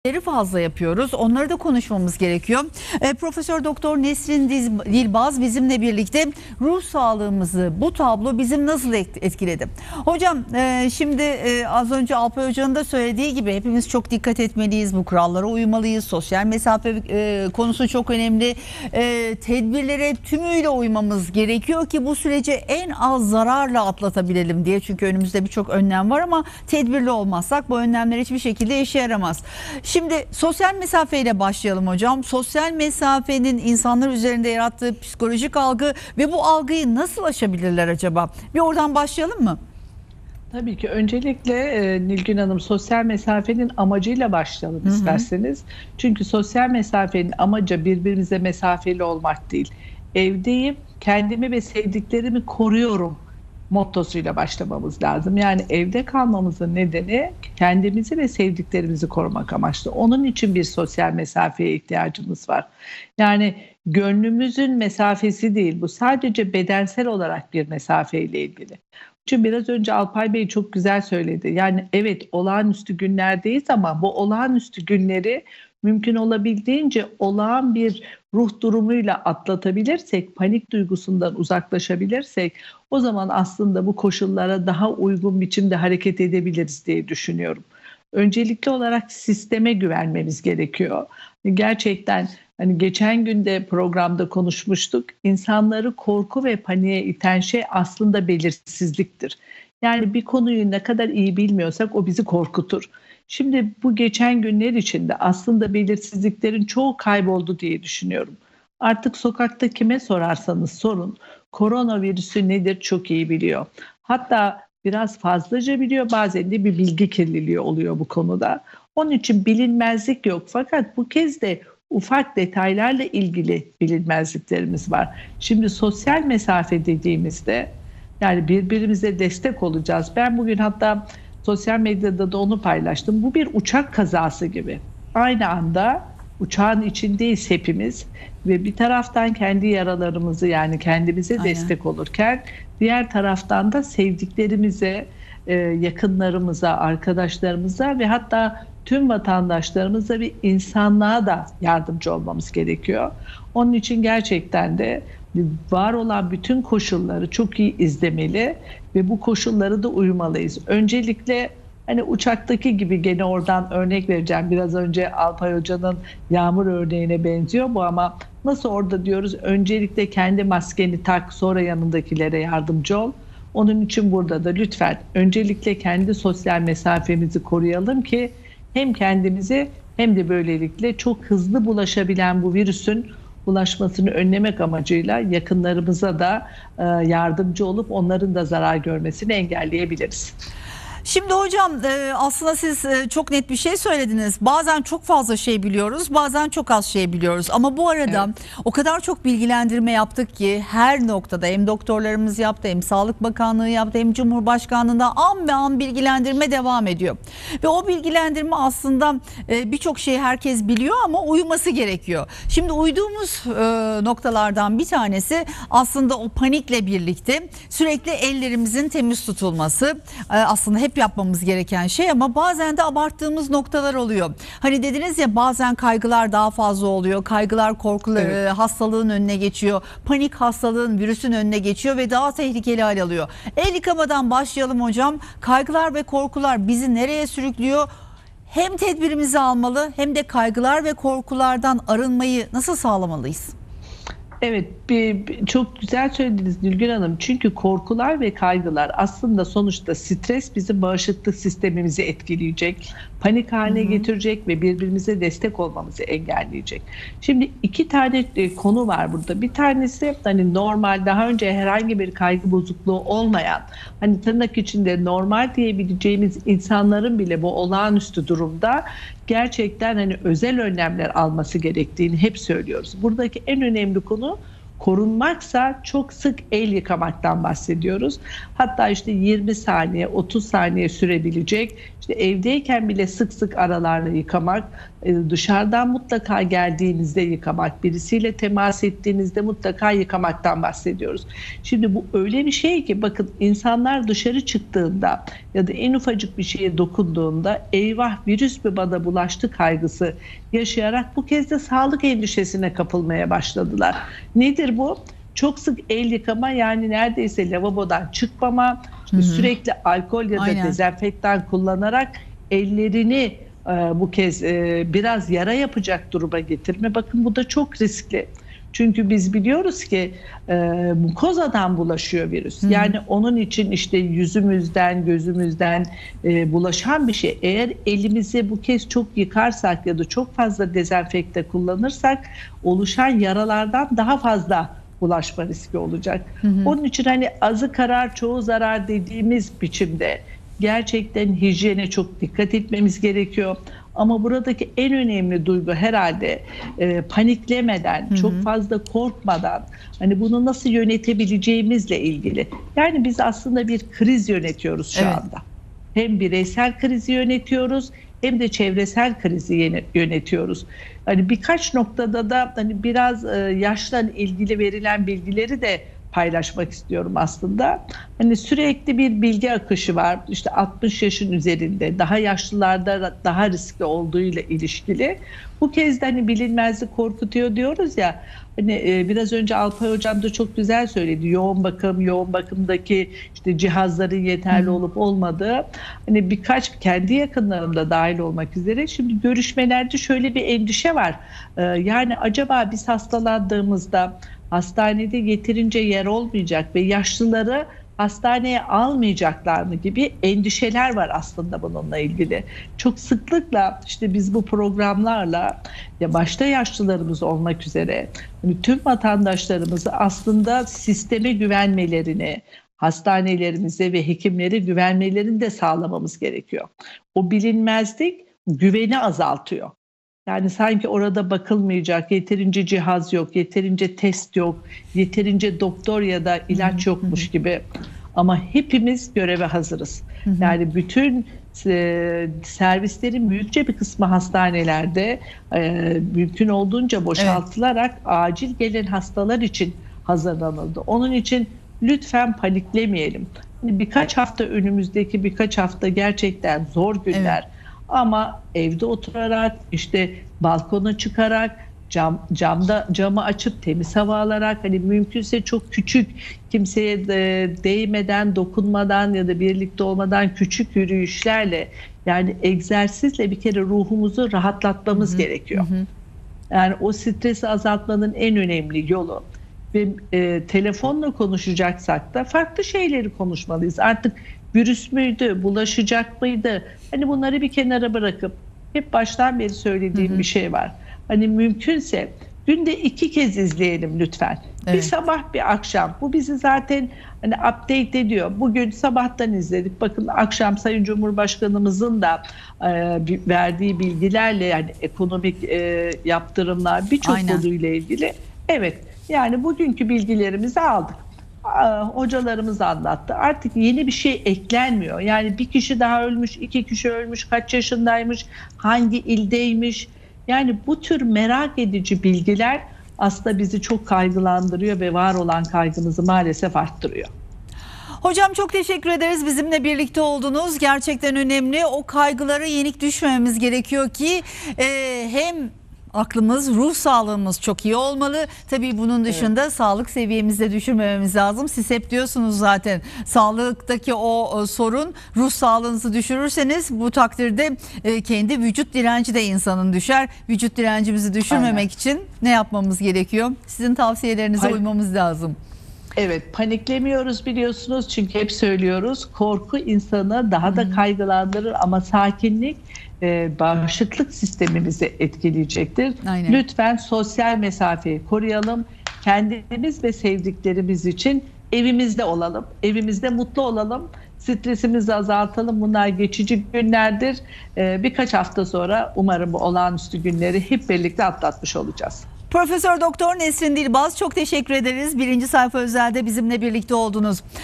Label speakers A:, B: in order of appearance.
A: Fazla yapıyoruz. Onları da konuşmamız gerekiyor. Profesör Doktor Nesrin Dilbaz bizimle birlikte ruh sağlığımızı, bu tablo bizim nasıl etkiledi? Hocam şimdi az önce Alpay Hoca'nın da söylediği gibi hepimiz çok dikkat etmeliyiz. Bu kurallara uymalıyız. Sosyal mesafe konusu çok önemli. Tedbirlere tümüyle uymamız gerekiyor ki bu süreci en az zararla atlatabilelim diye. Çünkü önümüzde birçok önlem var ama tedbirli olmazsak bu önlemler hiçbir şekilde işe yaramaz. Şimdi sosyal mesafeyle başlayalım hocam. Sosyal mesafenin insanlar üzerinde yarattığı psikolojik algı ve bu algıyı nasıl aşabilirler acaba? Bir oradan başlayalım mı?
B: Tabii ki. Öncelikle Nilgün Hanım, sosyal mesafenin amacıyla başlayalım isterseniz. Çünkü sosyal mesafenin amacı birbirimize mesafeli olmak değil. Evdeyim, kendimi ve sevdiklerimi koruyorum mottosuyla başlamamız lazım. Yani evde kalmamızın nedeni kendimizi ve sevdiklerimizi korumak amaçlı. Onun için bir sosyal mesafeye ihtiyacımız var. Yani gönlümüzün mesafesi değil, bu sadece bedensel olarak bir mesafeyle ilgili. Çünkü biraz önce Alpay Bey çok güzel söyledi. Yani evet, olağanüstü günlerdeyiz ama bu olağanüstü günleri mümkün olabildiğince olağan bir ruh durumuyla atlatabilirsek, panik duygusundan uzaklaşabilirsek, o zaman aslında bu koşullara daha uygun biçimde hareket edebiliriz diye düşünüyorum. Öncelikli olarak sisteme güvenmemiz gerekiyor. Gerçekten hani geçen gün de programda konuşmuştuk. İnsanları korku ve paniğe iten şey aslında belirsizliktir. Yani bir konuyu ne kadar iyi bilmiyorsak o bizi korkutur. Şimdi bu geçen günler içinde aslında belirsizliklerin çoğu kayboldu diye düşünüyorum. Artık sokakta kime sorarsanız sorun, koronavirüsü nedir çok iyi biliyor. Hatta biraz fazlaca biliyor, bazen de bir bilgi kirliliği oluyor bu konuda. Onun için bilinmezlik yok, fakat bu kez de ufak detaylarla ilgili bilinmezliklerimiz var. Şimdi sosyal mesafe dediğimizde yani birbirimize destek olacağız. Ben bugün hatta sosyal medyada da onu paylaştım. Bu bir uçak kazası gibi. Aynı anda uçağın içindeyiz hepimiz ve bir taraftan kendi yaralarımızı, yani kendimize destek olurken diğer taraftan da sevdiklerimize, yakınlarımıza, arkadaşlarımıza ve hatta tüm vatandaşlarımıza ve insanlığa da yardımcı olmamız gerekiyor. Onun için gerçekten de var olan bütün koşulları çok iyi izlemeli ve bu koşullara da uymalıyız. Öncelikle hani uçaktaki gibi, gene oradan örnek vereceğim. Biraz önce Alpay Hoca'nın yağmur örneğine benziyor bu, ama nasıl orada diyoruz? Öncelikle kendi maskeni tak, sonra yanındakilere yardımcı ol. Onun için burada da lütfen öncelikle kendi sosyal mesafemizi koruyalım ki hem kendimizi hem de böylelikle çok hızlı bulaşabilen bu virüsün bulaşmasını önlemek amacıyla yakınlarımıza da yardımcı olup onların da zarar görmesini engelleyebiliriz.
A: Şimdi hocam aslında siz çok net bir şey söylediniz. Bazen çok fazla şey biliyoruz, bazen çok az şey biliyoruz. Ama bu arada o kadar çok bilgilendirme yaptık ki her noktada hem doktorlarımız yaptı, hem Sağlık Bakanlığı yaptı, hem Cumhurbaşkanlığı'nda an be an bilgilendirme devam ediyor. Ve o bilgilendirme aslında birçok şeyi herkes biliyor ama uyuması gerekiyor. Şimdi uyduğumuz noktalardan bir tanesi aslında o panikle birlikte sürekli ellerimizin temiz tutulması. Aslında hep yapmamız gereken şey ama bazen de abarttığımız noktalar oluyor. Hani dediniz ya, bazen kaygılar daha fazla oluyor. Kaygılar korkuları, hastalığın önüne geçiyor. Panik hastalığın, virüsün önüne geçiyor ve daha tehlikeli hal alıyor. El yıkamadan başlayalım hocam. Kaygılar ve korkular bizi nereye sürüklüyor? Hem tedbirimizi almalı hem de kaygılar ve korkulardan arınmayı nasıl sağlamalıyız?
B: Evet, çok güzel söylediniz Nilgün Hanım. Çünkü korkular ve kaygılar aslında sonuçta stres bizim bağışıklık sistemimizi etkileyecek, panik haline getirecek ve birbirimize destek olmamızı engelleyecek. Şimdi iki tane konu var burada. Bir tanesi hani normal, daha önce herhangi bir kaygı bozukluğu olmayan, hani tırnak içinde normal diyebileceğimiz insanların bile bu olağanüstü durumda gerçekten hani özel önlemler alması gerektiğini hep söylüyoruz. Buradaki en önemli konu Korunmaksa çok sık el yıkamaktan bahsediyoruz. Hatta işte 20 saniye, 30 saniye sürebilecek, işte evdeyken bile sık sık aralarla yıkamak, dışarıdan mutlaka geldiğinizde yıkamak, birisiyle temas ettiğinizde mutlaka yıkamaktan bahsediyoruz. Şimdi bu öyle bir şey ki bakın, insanlar dışarı çıktığında ya da en ufacık bir şeye dokunduğunda eyvah virüs mü bana bulaştı kaygısı yaşayarak bu kez de sağlık endişesine kapılmaya başladılar. Nedir bu? Çok sık el yıkama, yani neredeyse lavabodan çıkmama, işte sürekli alkol ya da dezenfektan kullanarak ellerini bu kez biraz yara yapacak duruma getirme. Bakın bu da çok riskli. Çünkü biz biliyoruz ki mukozadan bulaşıyor virüs. Yani onun için işte yüzümüzden, gözümüzden bulaşan bir şey. Eğer elimizi bu kez çok yıkarsak ya da çok fazla dezenfekte kullanırsak oluşan yaralardan daha fazla bulaşma riski olacak. Onun için hani azı karar çoğu zarar dediğimiz biçimde gerçekten hijyene çok dikkat etmemiz gerekiyor. Ama buradaki en önemli duygu herhalde paniklemeden, çok fazla korkmadan, hani bunu nasıl yönetebileceğimizle ilgili. Yani biz aslında bir kriz yönetiyoruz şu anda. Hem bireysel krizi yönetiyoruz hem de çevresel krizi yönetiyoruz. Hani birkaç noktada da hani biraz yaşla ilgili verilen bilgileri de paylaşmak istiyorum aslında. Hani sürekli bir bilgi akışı var. İşte 60 yaşın üzerinde, daha yaşlılarda daha riskli olduğuyla ilişkili. Bu kez de hani bilinmezlik korkutuyor diyoruz ya. Hani biraz önce Alpay Hocam da çok güzel söyledi. Yoğun bakımdaki işte cihazların yeterli olup olmadığı. Hani birkaç kendi yakınlarımda dahil olmak üzere. Şimdi görüşmelerde şöyle bir endişe var. Yani acaba biz hastalandığımızda hastanede yeterince yer olmayacak ve yaşlıları hastaneye almayacaklar mı gibi endişeler var aslında bununla ilgili. Çok sıklıkla işte biz bu programlarla ya başta yaşlılarımız olmak üzere tüm vatandaşlarımızı aslında sisteme güvenmelerini, hastanelerimize ve hekimlere güvenmelerini de sağlamamız gerekiyor. O bilinmezlik güveni azaltıyor. Yani sanki orada bakılmayacak, yeterince cihaz yok, yeterince test yok, yeterince doktor ya da ilaç yokmuş gibi. Ama hepimiz göreve hazırız. Yani bütün servislerin büyükçe bir kısmı hastanelerde mümkün olduğunca boşaltılarak acil gelen hastalar için hazırlanıldı. Onun için lütfen paniklemeyelim. Birkaç hafta, önümüzdeki birkaç hafta gerçekten zor günler. Ama evde oturarak, işte balkona çıkarak, camı açıp temiz hava alarak, hani mümkünse çok küçük, kimseye değmeden, dokunmadan ya da birlikte olmadan küçük yürüyüşlerle, yani egzersizle bir kere ruhumuzu rahatlatmamız gerekiyor. Yani o stresi azaltmanın en önemli yolu. Ve telefonla konuşacaksak da farklı şeyleri konuşmalıyız. Artık virüs müydü, bulaşacak mıydı? Hani bunları bir kenara bırakıp, hep baştan beri söylediğim bir şey var. Hani mümkünse günde 2 kez izleyelim lütfen. Bir sabah bir akşam. Bu bizi zaten hani update ediyor. Bugün sabahtan izledik. Bakın akşam Sayın Cumhurbaşkanımızın da verdiği bilgilerle, yani ekonomik yaptırımlar, birçok konuyla ilgili. Evet, yani bugünkü bilgilerimizi aldık. Hocalarımız anlattı. Artık yeni bir şey eklenmiyor. Yani bir kişi daha ölmüş, 2 kişi ölmüş, kaç yaşındaymış, hangi ildeymiş. Yani bu tür merak edici bilgiler aslında bizi çok kaygılandırıyor ve var olan kaygımızı maalesef arttırıyor.
A: Hocam çok teşekkür ederiz. Bizimle birlikte oldunuz. Gerçekten önemli. O kaygılara yenik düşmememiz gerekiyor ki hem aklımız, ruh sağlığımız çok iyi olmalı. Tabii bunun dışında sağlık seviyemizi de düşürmememiz lazım. Siz hep diyorsunuz zaten, sağlıktaki o sorun, ruh sağlığınızı düşürürseniz bu takdirde kendi vücut direnci de insanın düşer. Vücut direncimizi düşürmemek için ne yapmamız gerekiyor? Sizin tavsiyelerinize uymamız lazım.
B: Evet, paniklemiyoruz biliyorsunuz, çünkü hep söylüyoruz, korku insanı daha da kaygılandırır ama sakinlik bağışıklık sistemimizi etkileyecektir. Lütfen sosyal mesafeyi koruyalım. Kendimiz ve sevdiklerimiz için evimizde olalım. Evimizde mutlu olalım. Stresimizi azaltalım. Bunlar geçici günlerdir. Birkaç hafta sonra umarım bu olağanüstü günleri hep birlikte atlatmış olacağız.
A: Profesör Doktor Nesrin Dilbaz, çok teşekkür ederiz. Birinci Sayfa Özel'de bizimle birlikte oldunuz.